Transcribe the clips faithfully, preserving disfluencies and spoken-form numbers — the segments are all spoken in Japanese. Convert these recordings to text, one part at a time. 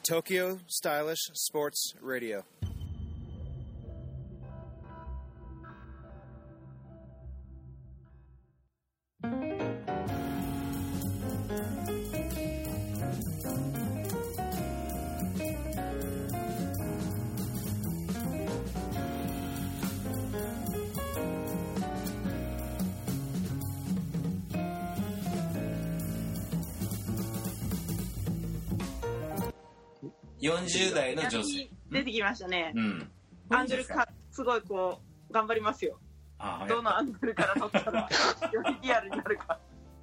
Tokyo Stylish Sports Radio. よんじゅう代の女性出てきましたね、 うん、 アングルかすごいこう頑張りますよ。あどのアングルから撮ったらよりリアルになるか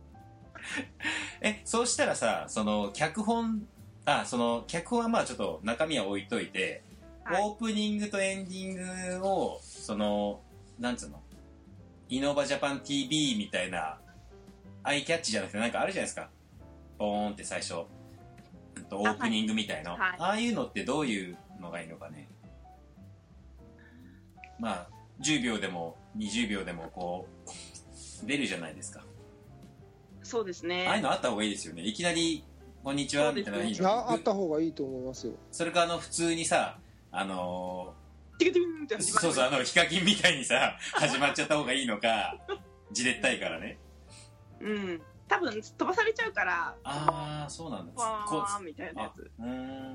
えそうしたらさその脚本あその脚本はまあちょっと中身は置いといて、はい、オープニングとエンディングをそのなんつうのイノバジャパン ティーブイ みたいなアイキャッチじゃなくてなんかあるじゃないですかボーンって最初オープニングみたいな あ,、はい、ああいうのってどういうのがいいのかね。まあじゅうびょうでもにじゅうびょうでもこう出るじゃないですか。 そうですね。 ああいうのあった方がいいですよね。いきなりこんにちはみたいなのいいの、ね、 あ, あった方がいいと思いますよ。 それかあの普通にさあのー、ティクティクンって始まる。 そうそうあのヒカキンみたいにさ始まっちゃった方がいいのかじれったいからね。 うん多分飛ばされちゃうから。 ああそうなんです。 わーみたいなやつ。 うん。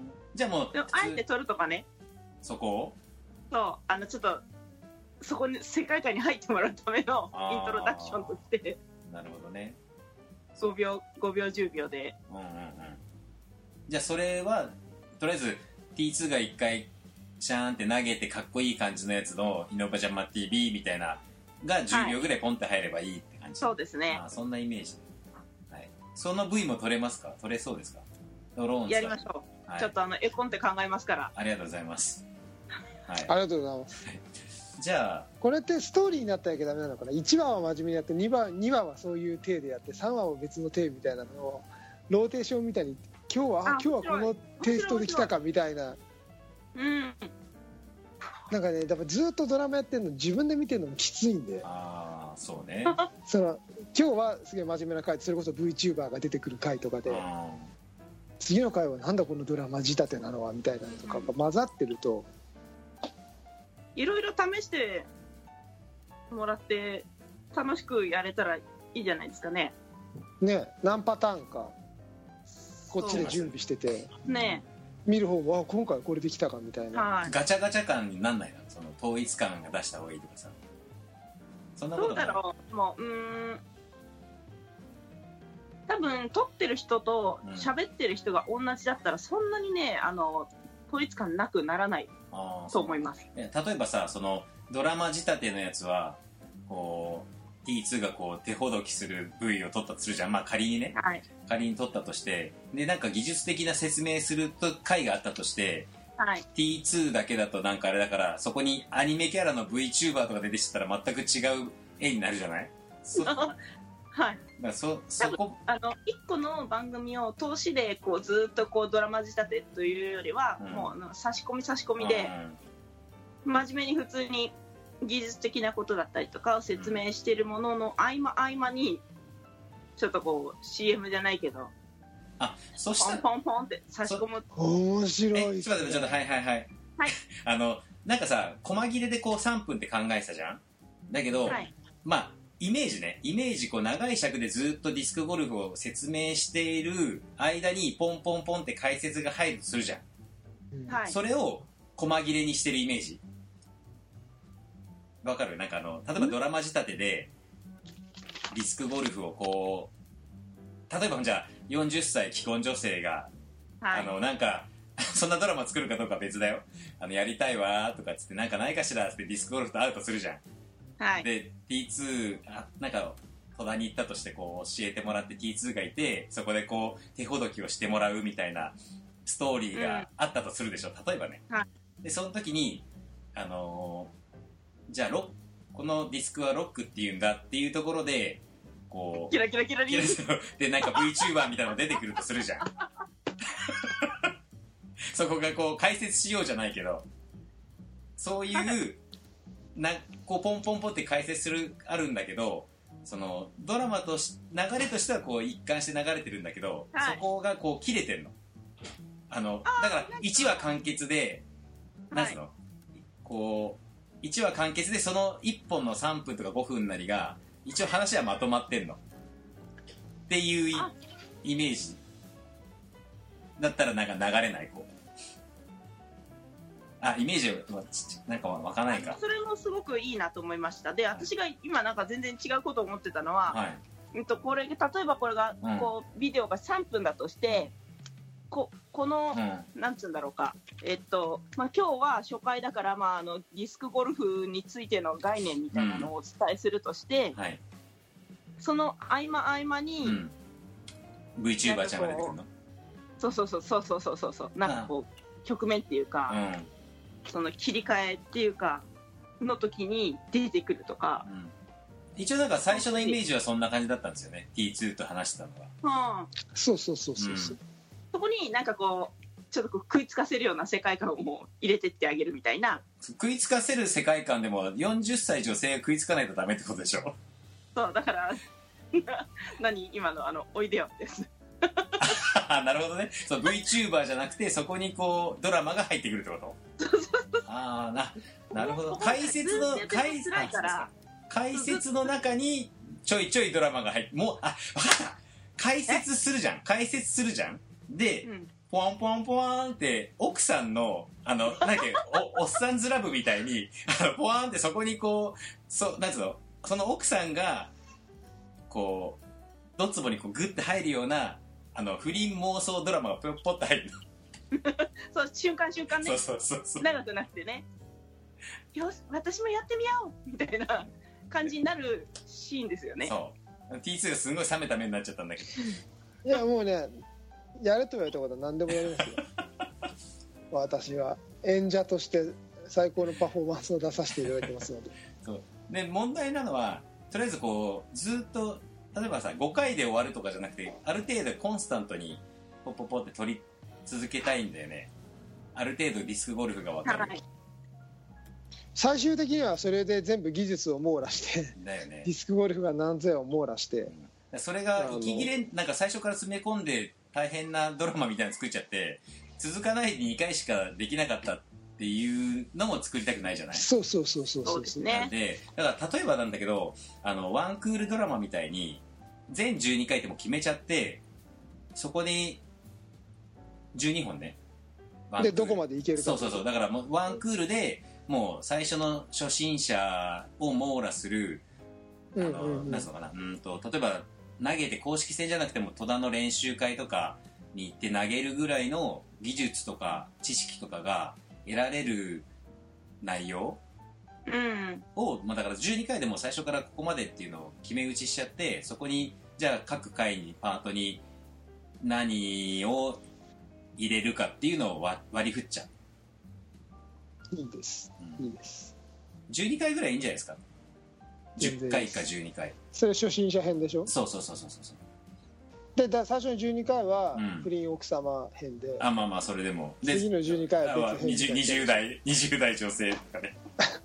じゃあもうでもあえて撮るとかね。 そこをそうあのちょっとそこに世界観に入ってもらうためのイントロダクションとして。 なるほどね。 ごびょうごびょうじゅうびょうで。 うんうんうん。じゃあそれはとりあえず ティーツー がいっかいシャーンって投げてかっこいい感じのやつのイノバジャマ ティーブイ みたいながじゅうびょうぐらいポンって入ればいいって感じ。 そうですね。 あそんなイメージ。その ブイ も取れますか？取れそうですか？ドローンやりましょう、はい、ちょっとあの絵コンテ考えますから。 ありがとうございます、 はい、ありがとうございます。 じゃあこれってストーリーになってなきゃダメなのかな。いちわは真面目にやってにわ、にわはそういう体でやってさんわは別の体みたいなのをローテーションみたいに今日は今日はこのテイストで来たかみたいな。 うんなんかね、だからずっとドラマやってるの自分で見てるのもきついんで。 ああそうねその今日はすげえ真面目な回、それこそ VTuber が出てくる回とかで、次の回はなんだこのドラマ仕立てなのはみたいなのとかが混ざってると、 いろいろ試してもらって楽しくやれたらいいじゃないですかね。 ね、何パターンかこっちで準備しててね見る方もあ今回これできたかみたいな、 はい、 ガチャガチャ感になんないの？その統一感が出した方がいいとかさ。そんなことない。 どうだろう。もううーん多分撮ってる人と喋ってる人が同じだったらそんなにねあの統一感なくならないと思います。 例えばさそのドラマ仕立てのやつはこう ティーツー がこう手ほどきする ブイ を撮ったとするじゃん。まあ仮にね、 はい、 仮に撮ったとしてでなんか技術的な説明すると回があったとして、 はい、 ティーツー だけだとなんかあれだからそこにアニメキャラの VTuber とか出てきたら全く違う絵になるじゃない。 はい、 だそそこあのいっこの番組を通しでこうずっとこうドラマ仕立てというよりは、うん、もうあの差し込み差し込みで、うん、真面目に普通に技術的なことだったりとかを説明しているものの合間合間にちょっとこう シーエム じゃないけどあそしたらポンポンポンって差し込む。 面白い。 えちょっと待ってちょっとはいはいはい、 はい、 あのなんかさ細切れでこうさんぷんって考えてたじゃん。だけど、はい、まあイメージねイメージこう長い尺でずっとディスクゴルフを説明している間にポンポンポンって解説が入るとするじゃん、はい、それを細切れにしてるイメージわかる？なんかあの例えばドラマ仕立てでディスクゴルフをこう例えばじゃあよんじゅっさい既婚女性が、はい、あのなんかそんなドラマ作るかどうかは別だよ。あのやりたいわとかっつってなんかないかしらってディスクゴルフと会うとするじゃん。はい、で ティーツー あなんか戸田に行ったとしてこう教えてもらって ティーツー がいてそこでこう手ほどきをしてもらうみたいなストーリーがあったとするでしょ、うん、例えばね、はい、でその時にあのー、じゃあロこのディスクはロックっていうんだっていうところでこうキラキラキラリンでなんか VTuber みたいなの出てくるとするじゃんそこがこう解説しようじゃないけどそういうなこうポンポンポンって解説するあるんだけどそのドラマとし流れとしてはこう一貫して流れてるんだけど、はい、そこがこう切れてんのあのだからいちわ完結で、なんつうの、はい、こういちわ完結でそのいっぽんのさんぷんとかごふんなりが一応話はまとまってんのっていうイメージだったらなんか流れないこうあイメージはなんか湧かないか。 それもすごくいいなと思いました。で私が今なんか全然違うことを思ってたのは、はい、うんとこれ例えばこれがこう、うん、ビデオがさんぷんだとして、ここの、うん、なんつうんだろうか、えっとまあ、今日は初回だから、まあ、あのディスクゴルフについての概念みたいなのをお伝えするとして、うんはい、その合間合間に、うん、 VTuber ちゃんが出てくるの？ そうそうそうそうそうそうそうなんかこう、うん、局面っていうか、うんその切り替えっていうかの時に出てくるとか、うん、 一応なんか最初のイメージはそんな感じだったんですよね ティーツー と話してたのは、 うん、 そうそうそうそうそう、 ん、そこになんかこうちょっとこう食いつかせるような世界観をもう入れてってあげるみたいな。 食いつかせる世界観でもよんじゅっさい女性が食いつかないとダメってことでしょ。 そうだから何今のあのおいでよですなるほどね。そう VTuber じゃなくてそこにこうドラマが入ってくるってことああ な, なるほど。解説の解解説の中にちょいちょいドラマが入ってもうあ分かった解説するじゃん解説するじゃんで、うん、ポワンポワンポワンって奥さんのあのなんかお, おっさんずラブみたいにあのポワンってそこにこうそなんつうのその奥さんがこうドツボにこうグッて入るようなあの不倫妄想ドラマがポッポッと入るのそう瞬間瞬間ね。 そうそうそうそう長くなくてねよし私もやってみようみたいな感じになるシーンですよね。 そう ティーツー がすごい冷めた目になっちゃったんだけどいやもうねやれと言われたことは何でもやりますよ私は演者として最高のパフォーマンスを出させていただきますのでそうで問題なのはとりあえずこうずっと例えばさごかいで終わるとかじゃなくてある程度コンスタントにポッポッポって取り続けたいんだよね。ある程度ディスクゴルフが分かる、はい、 最終的にはそれで全部技術を網羅してだよ、ね、 ディスクゴルフが何千を網羅して、 うん、それが息切れなんか最初から詰め込んで大変なドラマみたいなの作っちゃって続かないでにかいしかできなかったっていうのも作りたくないじゃない。 そうそうそうそうそうですね。 なんでだから例えばなんだけどあのワンクールドラマみたいに全じゅうにかいでも決めちゃってそこにじゅうにほんねでどこまでいけるか。 そうそうそうだからもうワンクールでもう最初の初心者を網羅するあの、うんうんうん、なんつうのかなうんと例えば投げて公式戦じゃなくても戸田の練習会とかに行って投げるぐらいの技術とか知識とかが得られる内容を、まあ、だからじゅうにかいでも最初からここまでっていうのを決め打ちしちゃってそこにじゃあ各回にパートに何を入れるかっていうのを割り振っちゃう。いいです、うん、いいです。 じゅうにかいぐらいいいんじゃないですか。じゅっかいかじゅうにかい。 それ初心者編でしょ。 そうそうそうそうそう。 でだ最初のじゅうにかいは不倫奥様編で、うん、 あまあまあそれでもで次のじゅうにかいは別編 20, 20代20代女性とかね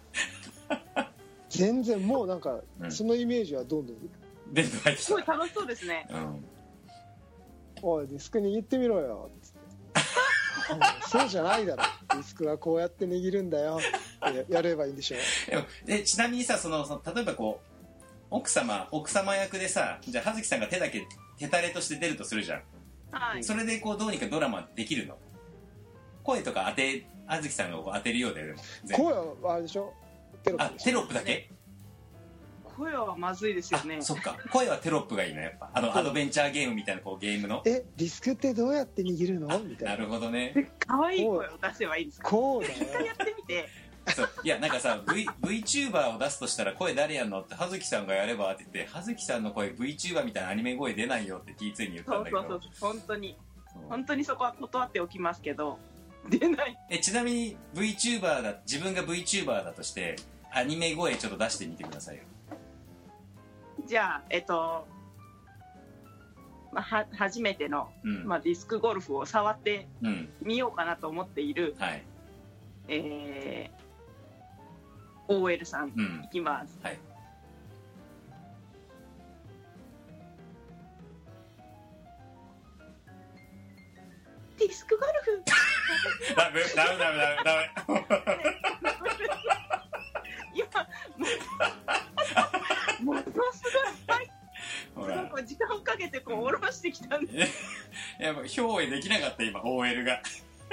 全然もうなんか、うん、そのイメージはどんどん出て入ってきた。 すごい楽しそうですね、うん、 おいディスク握ってみろよっつってそうじゃないだろディスクはこうやって握るんだよってやればいいんでしょう。 でちなみにさそのその例えばこう奥様奥様役でさじゃあ葉月さんが手だけ手タレとして出るとするじゃん、はい、それでこうどうにかドラマできるの？声とか当て葉月さんがこう当てるようででも声はあれでしょテロップ。 あテロップだけ？ 声はまずいですよね。 そっか声はテロップがいいのやっぱあのアドベンチャーゲームみたいなこうゲームのえディスクってどうやって握るのみたいな。 なるほどね。 可愛い声を出せばいいですか。 こうだよ一回やってみてそういやなんかさ、v、VTuber を出すとしたら声誰やんのって葉月さんがやればって言って葉月さんの声 VTuber みたいなアニメ声出ないよって ティーツー に言ったんだけどそうそうそう本当に本当にそこは断っておきますけど出ない。 えちなみに VTuber だ自分が VTuber だとしてアニメ声ちょっと出してみてくださいよ。 じゃあえっと、まあ、は初めての、うんまあ、ディスクゴルフを触ってみようかなと思っている、 うんはいえーオーエル さん、うん、いきます、 はい、 ティディスクゴルフダメダメダメダメダメ今もうものすごいはいなんか時間をかけてこう下ろしてきたんでやっぱ表現できなかった今 オーエル が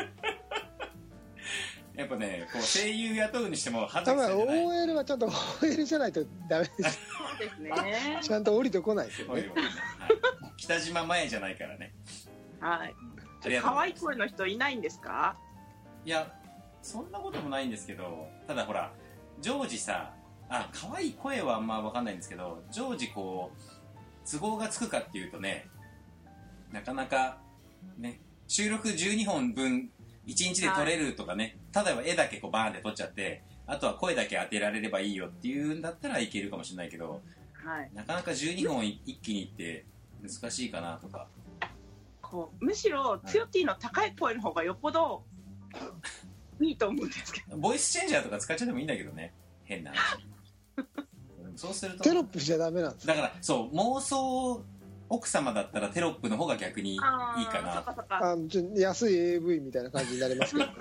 やっぱねこう声優雇うにしても多分 オーエル はちゃんと オーエル じゃないとダメですそうですねちゃんと降りてこないですよね、はい、 北島前じゃないからねはい可愛い声の人いないんですか？ いやそんなこともないんですけどただほら常時さあ可愛い声はあんま分かんないんですけど常時こう都合がつくかっていうとねなかなかね収録じゅうにほんぶんいちにちで撮れるとかね、はい、例えば絵だけこうバーンって撮っちゃってあとは声だけ当てられればいいよっていうんだったらいけるかもしれないけど、はい、なかなかじゅうにほん一気にいって難しいかなとかこうむしろツヨティの高い声の方がよっぽどいいと思うんですけどボイスチェンジャーとか使っちゃってもいいんだけどね変な話そうするとテロップじゃダメなんですだからそう妄想奥様だったらテロップの方が逆にいいかなああちょ安い エーブイ みたいな感じになりますけど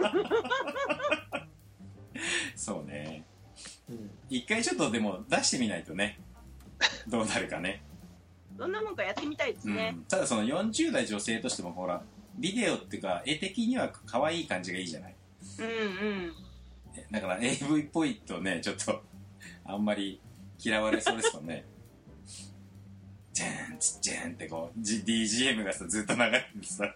そうね、うん、一回ちょっとでも出してみないとねどうなるかねどんなもんかやってみたいですね、 うん、ただそのよんじゅう代女性としてもほらビデオっていうか絵的には可愛い感じがいいじゃないうんうんだから エーブイ っぽいとねちょっとあんまり嫌われそうですもんねジャーンチッジャーンってこう、G、ディージーエム がさずっと流れてさ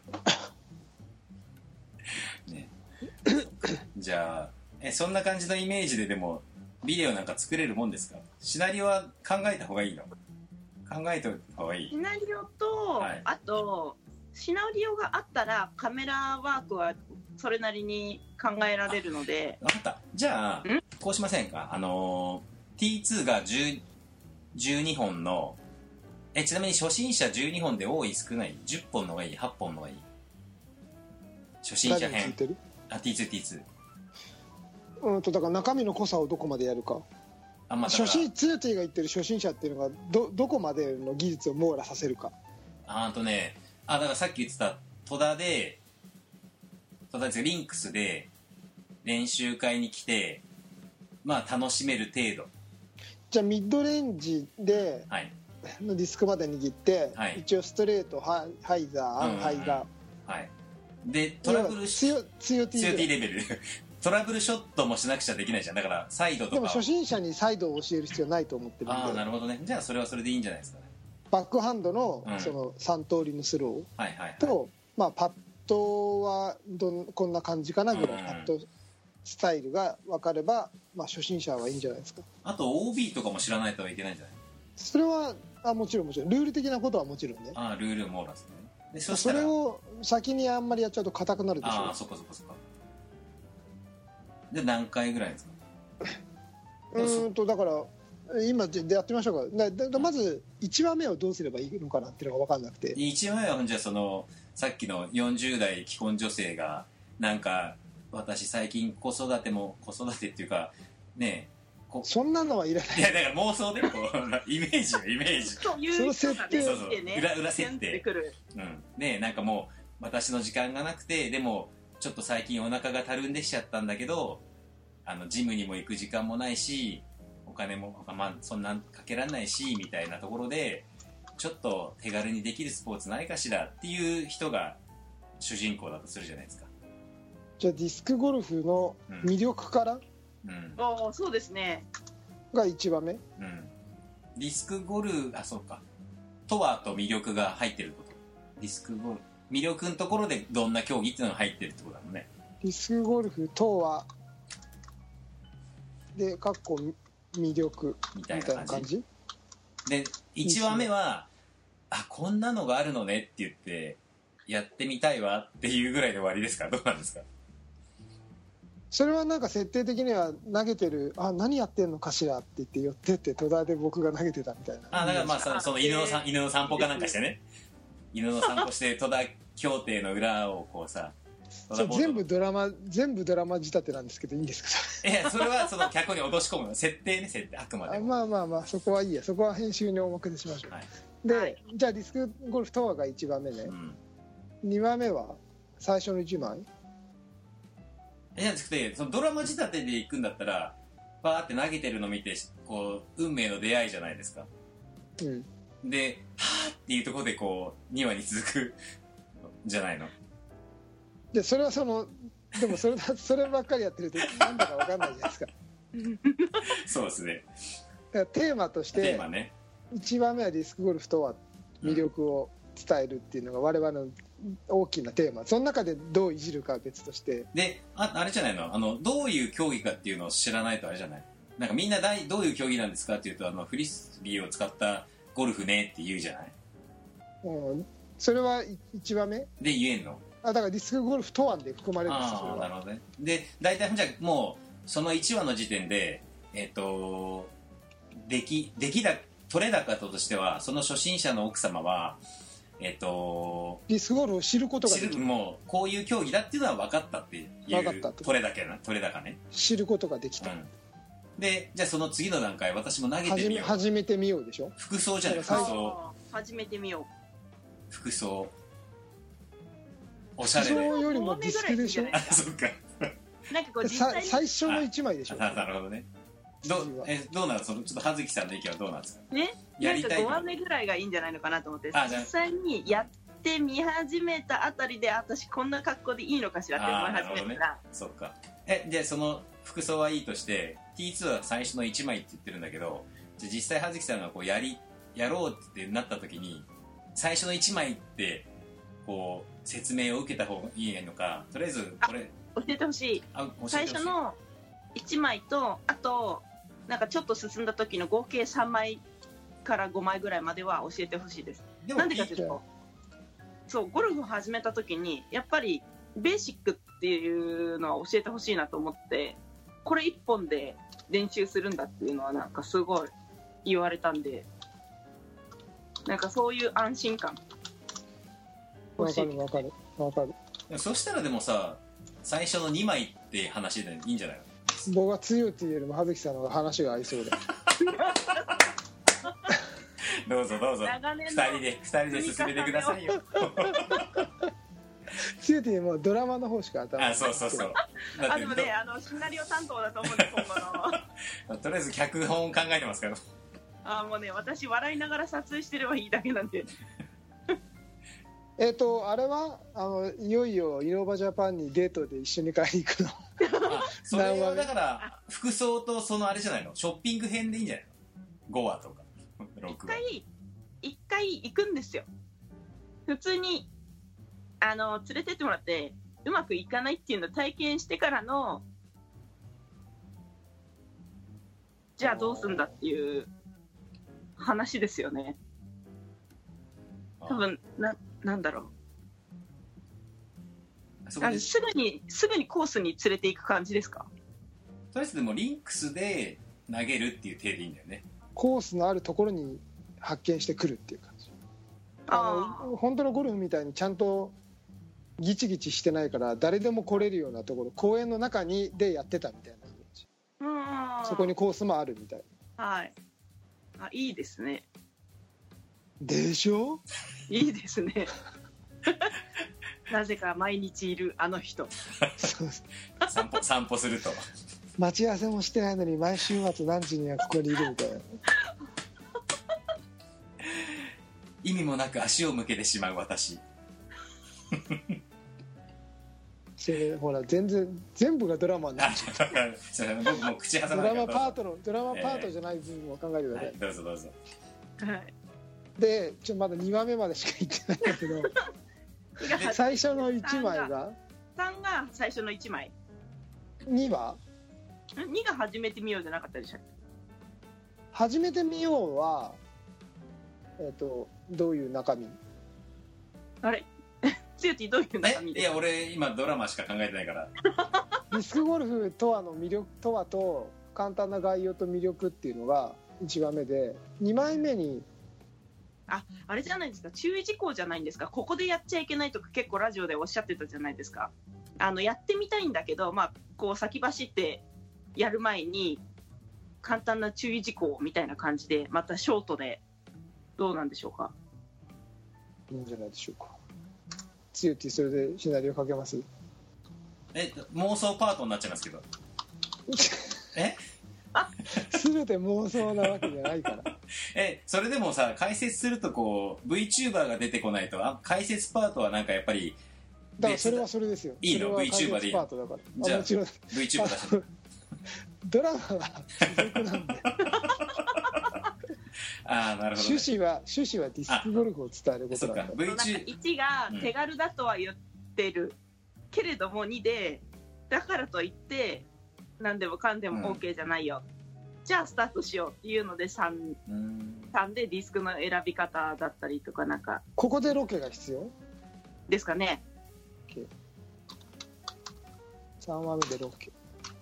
ねじゃあえそんな感じのイメージででもビデオなんか作れるもんですか？シナリオは考えた方がいいの？考えておいた方がいい？ シナリオと、はい、あとシナリオがあったらカメラワークはそれなりに考えられるので分かったじゃあこうしませんかあの ティーツー がじゅう、じゅうにほんのえちなみに初心者じゅうにほんで多い少ないじゅっぽんのがいいはっぽんのがいい初心者編あ ティーツー ティーツーうんとだから中身の濃さをどこまでやるかあ、まあ、初心ツヨティが言ってる初心者っていうのが ど, どこまでの技術を網羅させるかあーとねあだからさっき言ってた戸田で戸田ですがリンクスで練習会に来てまあ楽しめる程度じゃあミッドレンジで、はいのディスクまで握って、はい、一応ストレートハイザーアンハイザー、 はい、でトラブルショット強 T レベルトラブルショットもしなくちゃできないじゃんだからサイドとかでも初心者にサイドを教える必要ないと思ってるんでああなるほどねじゃあそれはそれでいいんじゃないですかねバックハンド の,、うん、そのさん通りのスローと、はいはいはいまあ、パットはどんこんな感じかなぐらい、うん、パットスタイルが分かれば、まあ、初心者はいいんじゃないですかあと オービー とかも知らないといけないんじゃないそれはあもちろんもちろんルール的なことはもちろんねああルール網羅すねでそ, それを先にあんまりやっちゃうと硬くなるでしょああそっかそっかそっかで何回ぐらいですかうーんとだから今でやってみましょうかだだまずいちわめをどうすればいいのかなっていうのが分かんなくていちわめはじゃあそのさっきのよんじゅう代既婚女性がなんか私最近子育ても子育てっていうかねえそんなのはいらないいやだから妄想でこうイメージよイメージそういう人がねそうそう裏裏設定うんねえなんかもう私の時間がなくてでもちょっと最近お腹がたるんできちゃったんだけどあのジムにも行く時間もないしお金も、まあ、そんなかけられないしみたいなところでちょっと手軽にできるスポーツないかしらっていう人が主人公だとするじゃないですかじゃあディスクゴルフの魅力から、うんうん、あそうですねがいちばめ、うん、 ディスクゴルフあそうかとはと魅力が入ってることディスクゴルフ魅力のところでどんな競技っていうのが入ってるってことだもんねディスクゴルフとはでかっこ魅力みたいな感じでいちわめはあこんなのがあるのねって言ってやってみたいわっていうぐらいで終わりですかどうなんですかそれはなんか設定的には投げてるあ何やってんのかしらって言って寄ってって戸田で僕が投げてたみたいなあだからまあその、その犬のさ犬の散歩かなんかしてね犬の散歩して戸田協定の裏をこうさそ全部ドラマ全部ドラマ仕立てなんですけどいいんですかいやそれはその客に落とし込むの設定ね設定あくまであまあまあまあそこはいいやそこは編集にお任せしましょう、はい、で、はい、じゃあディスクゴルフとはがいちばめね、うん、にばめは最初のいちまいじゃなくて、そのドラマ仕立てで行くんだったらバーって投げてるの見てこう運命の出会いじゃないですか。 うんではーっていうところでこうにわに続くじゃないの。 でそれはそのでもそれそればっかりやってるとなんだか分かんないじゃないですか。 そうですね。 だからテーマとしてテーマね、 いちばんめはディスクゴルフとは魅力を伝えるっていうのが我々の大きなテーマ。その中でどういじるかは別として、 で あ, あれじゃないの、あのどういう競技かっていうのを知らないとあれじゃない。なんかみんなだいどういう競技なんですかっていうと、あのフリスビーを使ったゴルフねって言うじゃない。 うん、それはいちばんめで言えんの。 あだからディスクゴルフとはで含まれるんですよ。 ああなるほどね。で大体じゃあもうそのいちわの時点でえっと出来出来だ取れ高としては、その初心者の奥様はえっとディスクゴルフを知ることができる。 もうこういう競技だっていうのは分かったっていう分かった取れ高な取れ高ね、 知ることができた、うん、 でじゃあその次の段階、私も投げてみよう。 始めてみようでしょ。 服装じゃない、服装始めてみよう。 服装おしゃれで。 服装よりもディスクでしょ。 あ、そっか。 なんかこう実際に最初のいちまいでしょ。 あ、なるほどね。どうえどうなの、そのちょっと葉月さんの意見はどうなんですかね。 やりたいなんかごわめぐらいがいいんじゃないのかなと思って、実際にやってみ始めたあたりで、私こんな格好でいいのかしらって思い始めたら、 ね、そっか。えでその服装はいいとして ティーツー は最初のいちまいって言ってるんだけど、じゃ実際葉月さんがこうやりやろうってなった時に最初のいちまいってこう説明を受けた方がいいのか、とりあえずこれ教えてほしい。最初のいちまいと、あとなんかちょっと進んだ時の合計さんまいからごまいぐらいまでは教えてほしいです。なんでかというと、そうゴルフを始めた時にやっぱりベーシックっていうのは教えてほしいなと思って、これいっぽんで練習するんだっていうのはなんかすごい言われたんで、なんかそういう安心感。 わかるわかるわかる。 そしたらでもさ、最初のにまいって話でいいんじゃないの。 僕は強いっていうよりも葉月さんの方が話が合いそうでどうぞどうぞふたりでふたりで進めてくださいよ強いっていうよりもドラマの方しか頭にあそうそうそうあでもね、あのシナリオ担当だと思うんで今後のとりあえず脚本を考えてますからあもうね、私笑いながら撮影してればいいだけなんでえっとあれはあのいよいよイノバジャパンにデートで一緒に買いに行くのあそれはだから服装とそのあれじゃないの、ショッピング編でいいんじゃないの。ごわとかろくわ。一回一回行くんですよ。普通にあの連れてってもらってうまくいかないっていうのを体験してからの、じゃあどうすんだっていう話ですよね。多分ななんだろう、あすぐにすぐにコースに連れていく感じですか。 とりあえずでもリンクスで投げるっていう手でいいんだよね。 コースのあるところに発見してくるっていう感じ。あの本当のゴルフみたいにちゃんとギチギチしてないから誰でも来れるようなところ、公園の中にでやってたみたいな感じ。うん、そこにコースもあるみたい。 はい。あ、いいですね。 でしょ。 いいですねなぜか毎日いるあの人散歩散歩すると待ち合わせもしてないのに毎週末何時にはここにいるみたいな意味もなく足を向けてしまう私それほら全然全部がドラマになっちゃう僕も口挟まドラマパートのドラマパートじゃない部分を考えてください、 はい、どうぞどうぞ。 はいでちょまだにわめまでしか行ってないんだけど最初のいちまいがさんが最初のいちまい、 にはにが始めてみようじゃなかったでしょ。 始めてみようはえっ、ー、とどういう中身。 あれつよてぃどういう中身。 いや俺今ドラマしか考えてないからディスクゴルフとはの魅力とはと簡単な概要と魅力っていうのがいちばんめで、にまいめにああれじゃないですか、注意事項じゃないんですか。ここでやっちゃいけないとか結構ラジオでおっしゃってたじゃないですか。あのやってみたいんだけど、まあ、こう先走ってやる前に簡単な注意事項みたいな感じでまたショートでどうなんでしょうか。 いいんじゃないでしょうか。 つゆってそれでシナリオかけます？ え妄想パートになっちゃいますけどえ全て妄想なわけじゃないからえそれでもさ解説するとこう VTuber が出てこないとあ解説パートはなんかやっぱりだからそれはそれですよ。 いいの VTuber でいいの？じゃあもちろん VTuber 出してドラマは付属なんでああなるほど、ね、 趣旨は趣旨はディスクゴルフを伝えることなんだ。 なんかいちが手軽だとは言ってる、うん、けれどもにでだからといって何でもかんでも OK じゃないよ、うん、じゃあスタートしようっていうので さん, さんでディスクの選び方だったりとかなんかここでロケが必要ですかね。 さんわめでロケ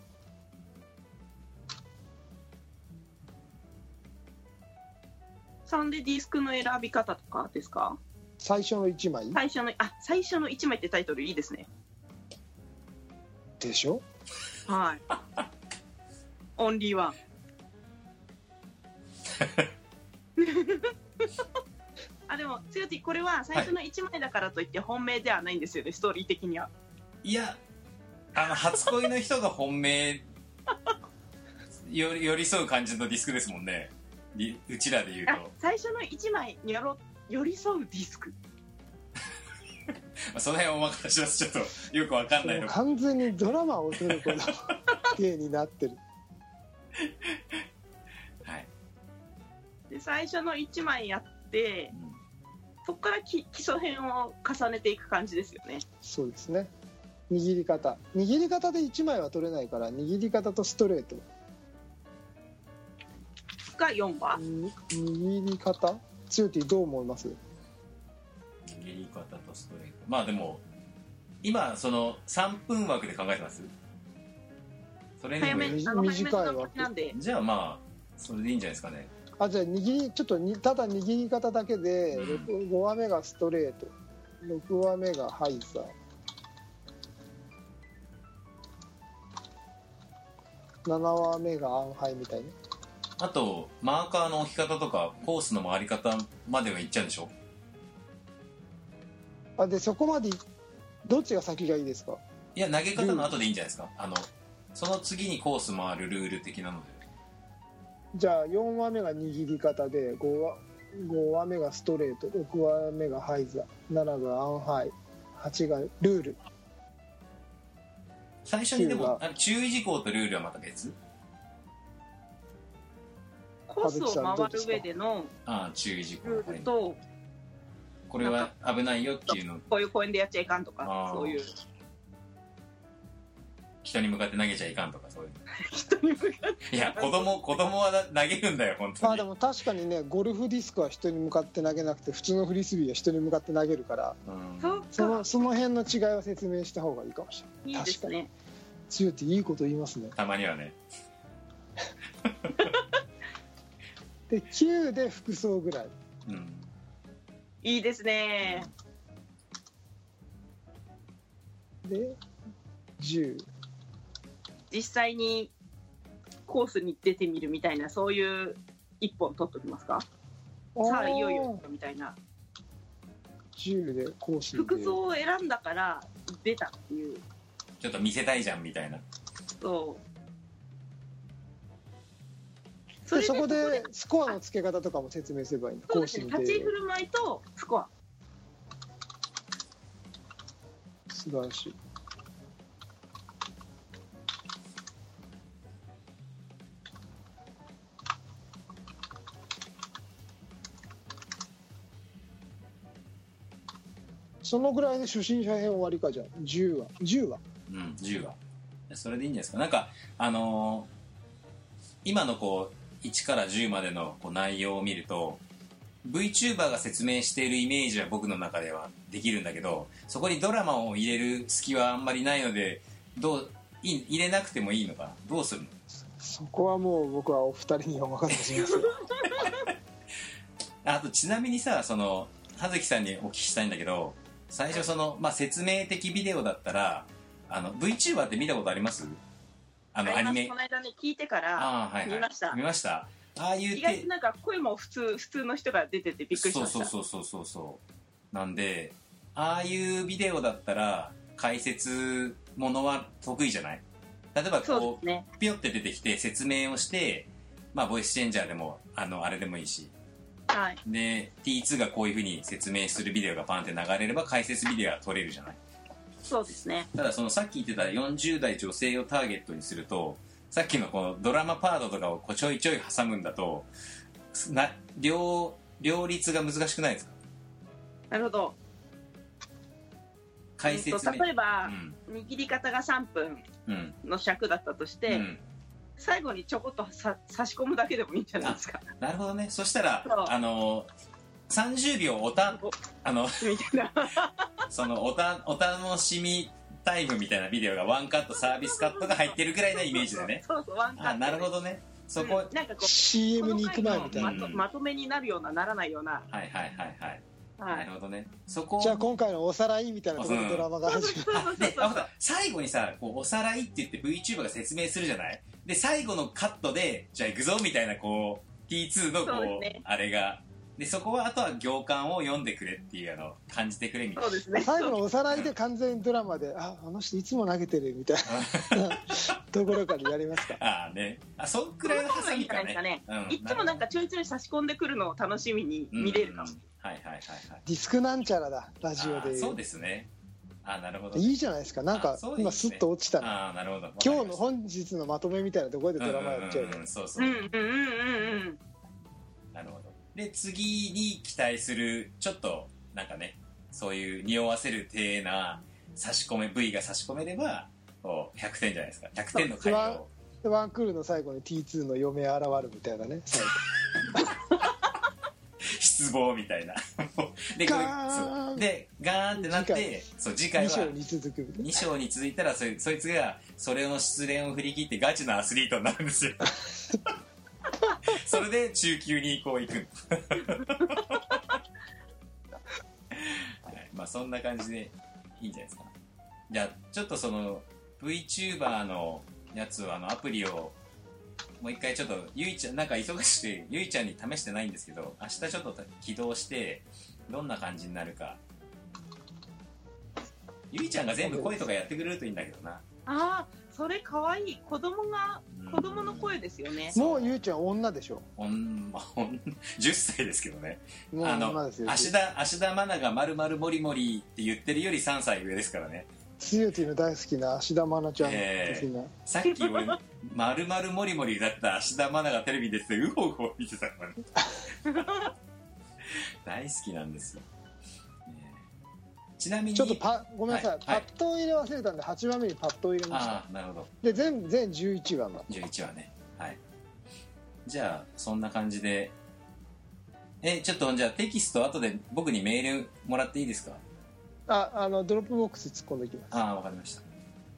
さんでディスクの選び方とかですか？ 最初のいちまい最初のあ最初のいちまいってタイトルいいですね。 でしょ。 はいオンリーワンあでもつよちこれは最初のいちまいだからといって本命ではないんですよね、はい、ストーリー的には。いやあの初恋の人が本命より寄り添う感じのディスクですもんね、うちらで言うと。 最初のいちまいによろ寄り添うディスクその辺お任せします。ちょっとよくわかんないの完全にドラマを撮るこの芸になってるはいで最初のいちまいやって、うん、そこからき基礎編を重ねていく感じですよね。 そうですね。握り方握り方でいちまいは取れないから握り方とストレートがよんば握り方つよてぃどう思います？ 握り方とストレートまあでも今そのさんぷん枠で考えてます？それにも短い枠なんでじゃあまあそれでいいんじゃないですかね。 あじゃあ握りちょっとにただ握り方だけで、うん、ごわめがストレートろくわめがハイザーななわめがアンハイみたいな。 あとマーカーの置き方とかコースの回り方まではいっちゃうんでしょ。 あでそこまでどっちが先がいいですか？ いや投げ方の後でいいんじゃないですか。あのその次にコース回るルール的なので。 じゃあよんわめが握り方で 5, わごわめがストレートろくわめがハイザーなながアンハイはちがルール。 最初にでも注意事項とルールはまた別？ コースを回る上でのあ注意事項ルールとこれは危ないよっていうのこういう公園でやっちゃいかんとかそういう人に向かって投げちゃいかんとかそういう人に向かっていや子供子供は投げるんだよ本当に。 まあでも確かにねゴルフディスクは人に向かって投げなくて普通のフリスビーは人に向かって投げるから、うん、そのその辺の違いは説明した方がいいかもしれない。 いいですね。 つよっていいこと言いますね。 たまにはねできゅうで服装ぐらい、 うん、 いいですね。 でじゅう実際にコースに出てみるみたいなそういう一本取っときますか？さあいよいよみたいな。 じゅうでコースに服装を選んだから出たっていうちょっと見せたいじゃんみたいな。 そうそれでそこでスコアの付け方とかも説明すればいいんだ。 そうですね、立ち振る舞いとスコア。 素晴らしい。そのぐらいで初心者編終わりか。じゃあじゅうわじゅうわうんじゅうわそれでいいんじゃないですか。なんかあのー、今のこういちからじゅうまでのこう内容を見ると VTuber が説明しているイメージは僕の中ではできるんだけどそこにドラマを入れる隙はあんまりないのでどうい入れなくてもいいのかな。どうするの？ そこはもう僕はお二人にお任せしますあとちなみにさその葉月さんにお聞きしたいんだけど最初その、まあ、説明的ビデオだったらあの VTuber って見たことあります？あのアニメこの間ね聞いてから見ました、 はいはい、見ました。ああいう意外となんか声も普通普通の人が出ててびっくりしました。 そうそうそうそうそうなんでああいうビデオだったら解説ものは得意じゃない？例えばこう、ね、ピヨって出てきて説明をして、まあボイスチェンジャーでもあのあれでもいいし、 はい、 で ティーツー がこういう風に説明するビデオがパンって流れれば解説ビデオは撮れるじゃない？ そうですね。 ただそのさっき言ってたよんじゅう代女性をターゲットにすると、さっきのこのドラマパートとかをこうちょいちょい挟むんだとな 両, 両立が難しくないですか？ なるほど。 解説、 例えば、うん、握り方がさんぷんの尺だったとして、うん、最後にちょこっとさ差し込むだけでもいいんじゃないですか。 なるほどね。そしたらあのさんじゅうびょうおたあのみたいなそのおたお楽しみタイムみたいなビデオがワンカットサービスカットが入ってるぐらいのイメージだね。 そうそうワンカット。あ、 なるほどね。そこ、 うん、なんかこうシーエム に行く前みたいな、 まと、まとめになるようなならないような。 はいはいはいはい。 はい、 なるほどね。そこじゃあ今回のおさらいみたいなところでドラマが始まる。 で、最後にさ、こうおさらいって言って VTuber が説明するじゃない？で、最後のカットで、じゃあ行くぞみたいなこう ティーツー のこう、ね、あれが。で、そこはあとは行間を読んでくれっていうあの感じてくれみたいな。 そうですね。 最後のおさらいで完全にドラマで、あ、あの人いつも投げてるみたいなところからやりますか。 ああね。あ、そんくらいの挟みかね。 かね、うん、いつもなんかちょいちょい差し込んでくるのを楽しみに見れるかも。うんうん、 はいはいはいはい。 ディスクなんちゃらだ、ラジオで。 そうですね。あ、なるほど。 いいじゃないですか。なんか今スッと落ちたな。あ、なるほど。 今日の本日のまとめみたいなところでドラマやっちゃう。 そうそう。 うんうんうんうんうん。 なるほど。で、次に期待するちょっとなんかね、そういう匂わせる体な差し込め V が差し込めればこうひゃくてんじゃないですか。ひゃくてんの回答。 ワンクールの最後に ティーツー の嫁現るみたいなね。 失望みたいなでガーンでガーンってなってそう次回はに章に続くに章に続いたらそい、そいつがそれの失恋を振り切ってガチなアスリートになるんですよそれで中級にこう行くはい、まあそんな感じでいいんじゃないですか。じゃあちょっとその VTuber のやつはあのアプリをもう一回ちょっとゆいちゃんなんか忙しくてゆいちゃんに試してないんですけど、明日ちょっと起動してどんな感じになるか。ゆいちゃんが全部声とかやってくれるといいんだけどな。 ああ、それかわいい。子供が子供の声ですよね。 もうゆいちゃん女でしょ。 おん、まあ、じゅっさいですけどね。 もう女ですよ。 芦田芦田愛菜がまるまるもりもりって言ってるよりさんさい上ですからね。 つよてぃの大好きな芦田愛菜ちゃん的な、 えー、さっき俺まるまるもりもりだった芦田愛菜がテレビで出てうほうほ見てたからね大好きなんですよ、えー、ちなみにちょっとパごめんなさい、はい、パッドを入れ忘れたんではちわめにパッドを入れました。 あ、なるほど。 で全全じゅういちわがじゅういちわね。はい。じゃあそんな感じでえちょっとじゃあテキスト後で僕にメールもらっていいですか？ あ、あのドロップボックス突っ込んでいきます。 ああ、わかりました。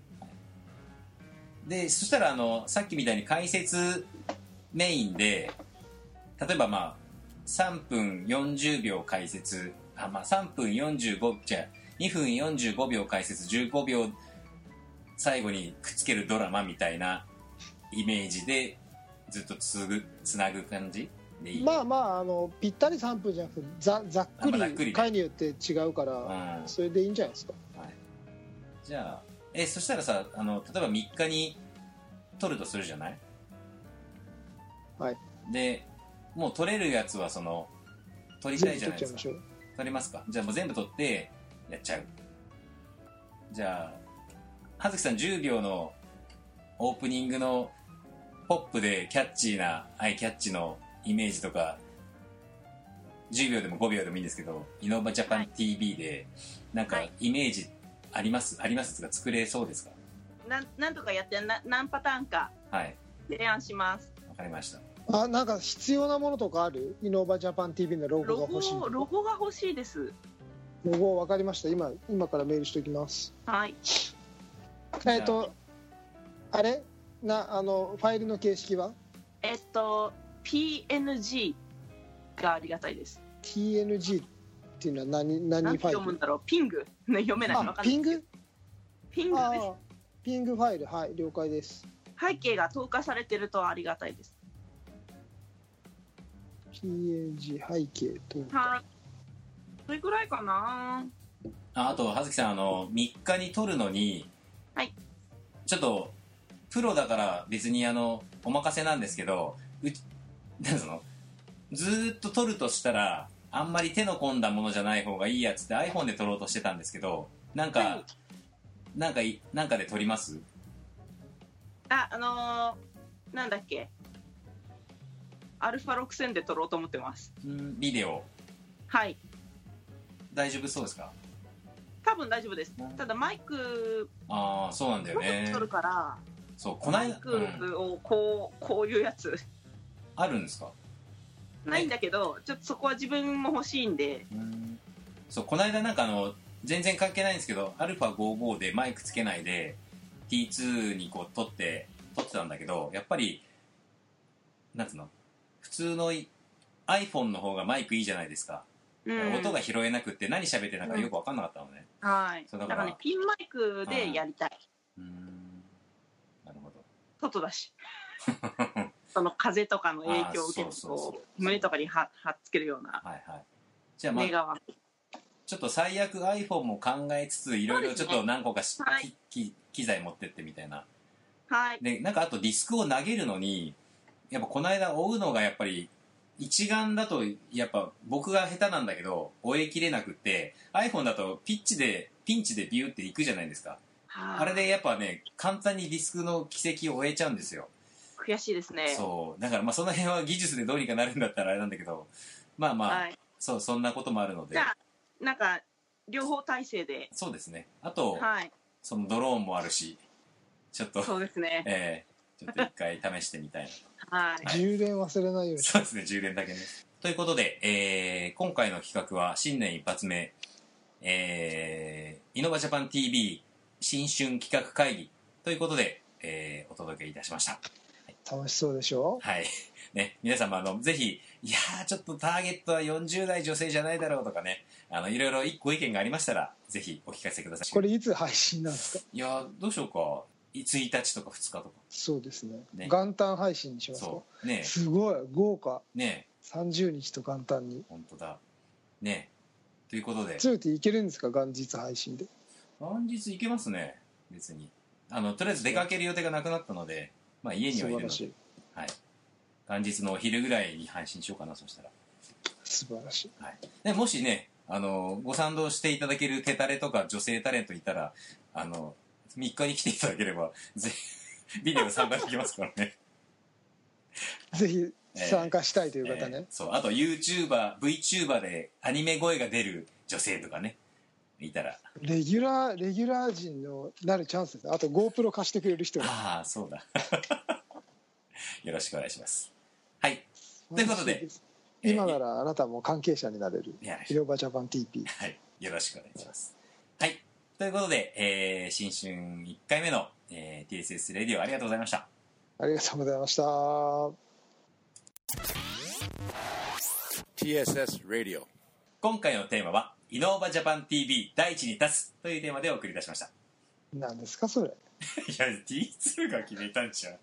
で、そしたらあのさっきみたいに解説メインで、例えばまあさんぷんよんじゅうびょう解説、あまあさんぷんよんじゅうごじゃにふんよんじゅうごびょう解説、じゅうごびょう最後にくっつけるドラマみたいなイメージでずっとつぐつなぐ感じ。 まあまあ、あのぴったりさんぷんじゃなくて ざ, ざっくり回によって違うから、うん、それでいいんじゃないですか、 はい、じゃあえそしたらさあの例えばみっかに撮るとするじゃない、 はい、 でもう撮れるやつはその撮りたいじゃないですか。撮りますか。じゃあもう全部撮ってやっちゃう。じゃあ葉月さんじゅうびょうのオープニングのポップでキャッチーなアイキャッチのイメージとかじゅうびょうでもごびょうでもいいんですけど、イノバジャパン ティービー でなんかイメージあります、はい、ありますが作れそうですか？ な ん, なんとかやってな何パターンか提案します。 わかりました。 あ、なんか必要なものとかある？イノバジャパン ティービー のロゴが欲しい。 ロゴ、ロゴが欲しいです。 ロゴわかりました。今今からメールしておきます。 はい。 えっとあれなあのファイルの形式は？ えっとピーエヌジー がありがたいです。 ティーエヌジー っていうのは何何ファイル？ 読むんだろう。ピング読めないの分かんない。 ピング？ ピングです。 ピングファイル、はい、了解です。 背景が透過されてるとありがたいです。 ピーエヌジー 背景透過。 はい。それぐらいかな。 ああと葉月さん、あのみっかに撮るのに、 はい、 ちょっとプロだから別にあのお任せなんですけど、うなんそのずーっと撮るとしたらあんまり手の込んだものじゃない方がいいやつって iPhone で撮ろうとしてたんですけど、なんか、はい、なんかいなんかで撮ります？ あ、あのー、なんだっけ、アルファろくせんで撮ろうと思ってます。 んビデオ。 はい。 大丈夫そうですか？ 多分大丈夫です。ただマイク、 ああそうなんだよね。 撮るから、 そうこないマイクをこう、うん、こういうやつあるんですか？ ないんだけど、ちょっとそこは自分も欲しいんで。 うん、そうこの間なんかあの全然関係ないんですけど アルファごじゅうご でマイクつけないで ティーツー にこう撮って撮ってたんだけど、やっぱりなんつうの、普通の iPhone の方がマイクいいじゃないですか。うん、音が拾えなくって何喋ってるのかよく分かんなかったのね。 うん、はい。そうだから、だからね、ピンマイクでやりたい。 うん、なるほど。 外だし。その風とかの影響を受けてこう胸とかにはっつけるような。 はいはい。じゃあまあちょっと最悪 iPhone も考えつついろいろちょっと何個か、ね、はい、機材持ってってみたいな。 はい。 でなんかあとディスクを投げるのにやっぱこの間追うのがやっぱり一眼だとやっぱ僕が下手なんだけど追えきれなくって、 iPhone だとピッチでピンチでビューっていくじゃないですか。あれでやっぱね簡単にディスクの軌跡を追えちゃうんですよ。 悔しいですね。 そうだからまあその辺は技術でどうにかなるんだったらあれなんだけど、まあまあ、はい、そうそんなこともあるので、 じゃあなんか両方体制で。 そうですね。あと、 はい、 そのドローンもあるしちょっとそうですね、 えー、ちょっと一回試してみたいなとはい、 充電忘れないように。 そうですね、充電だけね。ということで、えー、今回の企画は新年一発目、えー、イノバジャパン ティービー 新春企画会議ということで、えー、お届けいたしました。 楽しそうでしょ？ はい。ね、皆様、あの、ぜひ、いやー、ちょっとターゲットはよんじゅう代女性じゃないだろうとかね、あの、いろいろご意見がありましたら、ぜひお聞かせください。 これいつ配信なんですか？ いやー、どうしようか。ついたちとかふつかとか。 そうですね。ね、元旦配信にしますか？そうね、すごい豪華ね、さんじゅうにちと元旦に。 本当だね。ということでつーていけるんですか？元日配信で。 元日いけますね。別にあのとりあえず出かける予定がなくなったので、まあ、家にはいるので、はい、元日のお昼ぐらいに配信しようかな。そしたら素晴らしい、 はい、でもしねあのご賛同していただける手タレとか女性タレントいたらあのみっかに来ていただければぜひビデオ参加できますからねぜひ参加したいという方ね、えーえー、 そうあと YouTuber、VTuber でアニメ声が出る女性とかねいたらレギュラーレギュラー陣のなるチャンスです。あと GoPro 貸してくれる人がああそうだよろしくお願いします。はいということで今ならあなたも関係者になれるイノバジャパン ティーピーはいよろしくお願いします。はいということで、えー、新春いっかいめの、えー、ティーエスエス レディオありがとうございました。 ありがとうございました。 ティーエスエス ラディオ今回のテーマはイノーバジャパン ティービー 第一に立つというテーマでお送りいたしました。 何ですかそれいや ティーツー が決めたんじゃん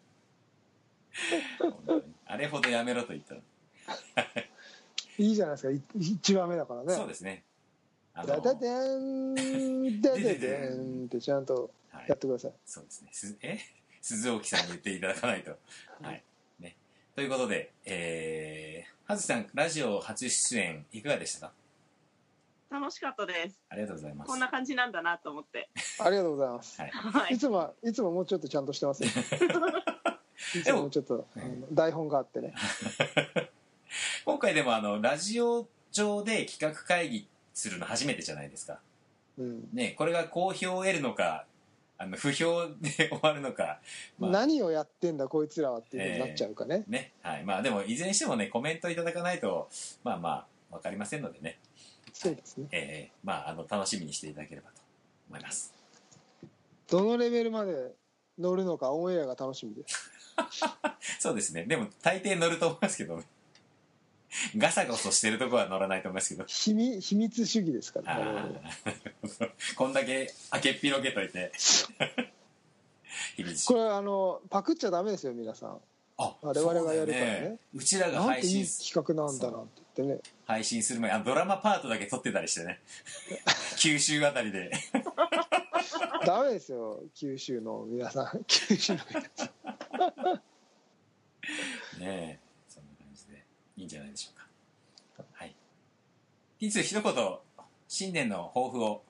あれほどやめろと言ったらいいじゃないですかいちばんめだからね。 そうですねダダデンダダデンってちゃんとやってください、はい、 そうですねすえ鈴沖さんに言っていただかないとはいねということでえー、はずさんラジオ初出演いかがでしたか？ 楽しかったです。 ありがとうございます。 こんな感じなんだなと思ってありがとうございます、 はい、 いつもいつももうちょっとちゃんとしてますよいつももうちょっと台本があってね今回でもあのラジオ上で企画会議するの初めてじゃないですか、うんね、これが好評を得るのかあの不評で終わるのか、 まあ、何をやってんだこいつらはっていうふうになっちゃうかね、 えーねはいまあ、でもいずれにしてもねコメントいただかないとまあまあ分かりませんのでねそうですね、はいえーまあ、あの楽しみにしていただければと思います。 どのレベルまで乗るのかオンエアが楽しみですそうですねでも大抵乗ると思いますけどねガサゴソしてるとこは乗らないと思いますけど秘密、秘密主義ですから、ね、 こんだけ開けっ広げといて秘密主義これあのパクっちゃダメですよ皆さんあ我々がやるからね、 ね、うちらが配信なんていい企画なんだなって言ってね、 配信する前あドラマパートだけ撮ってたりしてね九州あたりでダメですよ九州の皆さん九州の皆さんねえそんな感じでいいんじゃないでしょうか。はい。ティーツー一言新年の抱負を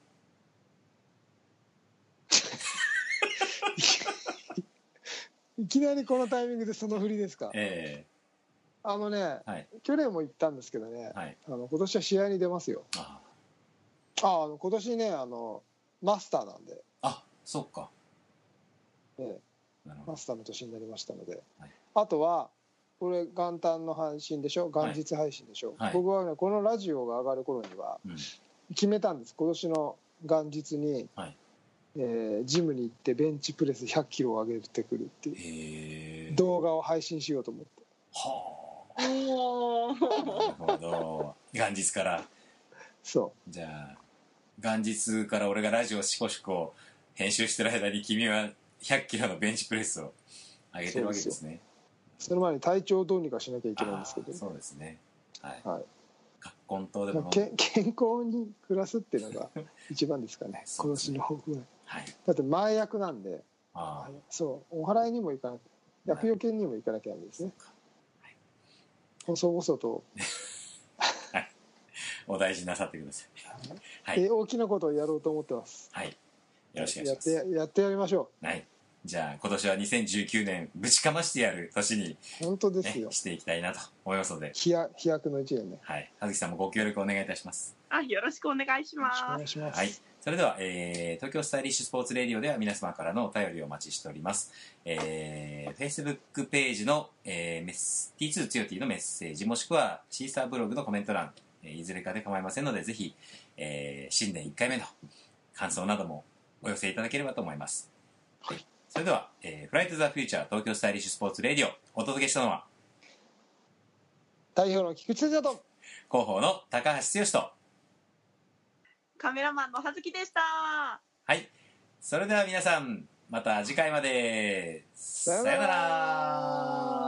いきなりこのタイミングでその振りですか。 ええー、あのね、 はい、 去年も言ったんですけどね、 はい、 あの今年は試合に出ますよ。あああの今年ねあのマスターなんで。 あそっか、 ね、マスターの年になりましたので、 はい、 あとはこれ元旦の配信でしょ、元日配信でしょ、はい、僕はねこのラジオが上がる頃には決めたんです、今年の元日に、はい、えー、ジムに行ってベンチプレスひゃっキロを上げてくるっていう動画を配信しようと思って。 はあなるほど元日からそうじゃあ元日から俺がラジオシコシコ編集してる間に君はひゃっキロのベンチプレスを上げてるわけですね。 その前に体調をどうにかしなきゃいけないんですけど、 そうですね、はい、 はい、 葛根湯でも、 まあ、け健康に暮らすっていうのが一番ですかね今年の抱負は、はい、だって前役なんで、あそうお祓いにも行かなきゃ厄除けにも行かなきゃダメですね、はい、細々とはいお大事なさってください、 はい、大きなことをやろうと思ってます。 はい、よろしくお願いします。 やってやってやりましょう。はい。じゃあ今年はにせんじゅうきゅうねんぶちかましてやる年に、ね、 本当ですよしていきたいなと思いますので、 飛躍飛躍の一年ね。 はい。葉月さんもご協力お願いいたします。 あ、よろしくお願いします。 よろしくお願いします。 はい。それでは、えー、東京スタイリッシュスポーツレディオでは皆様からのお便りをお待ちしております。えー、Facebook ページの、えー、メス ティーツー つよティのメッセージもしくはシーサーブログのコメント欄、えー、いずれかで構いませんのでぜひ、えー、新年いっかいめの感想などもお寄せいただければと思います。はい。それでは、えー、フライトザフューチャー東京スタイリッシュスポーツレディオお届けしたのは代表の菊池哲也と広報の高橋剛とカメラマンの葉月でした。 はい。それでは皆さんまた次回まで。 さよなら。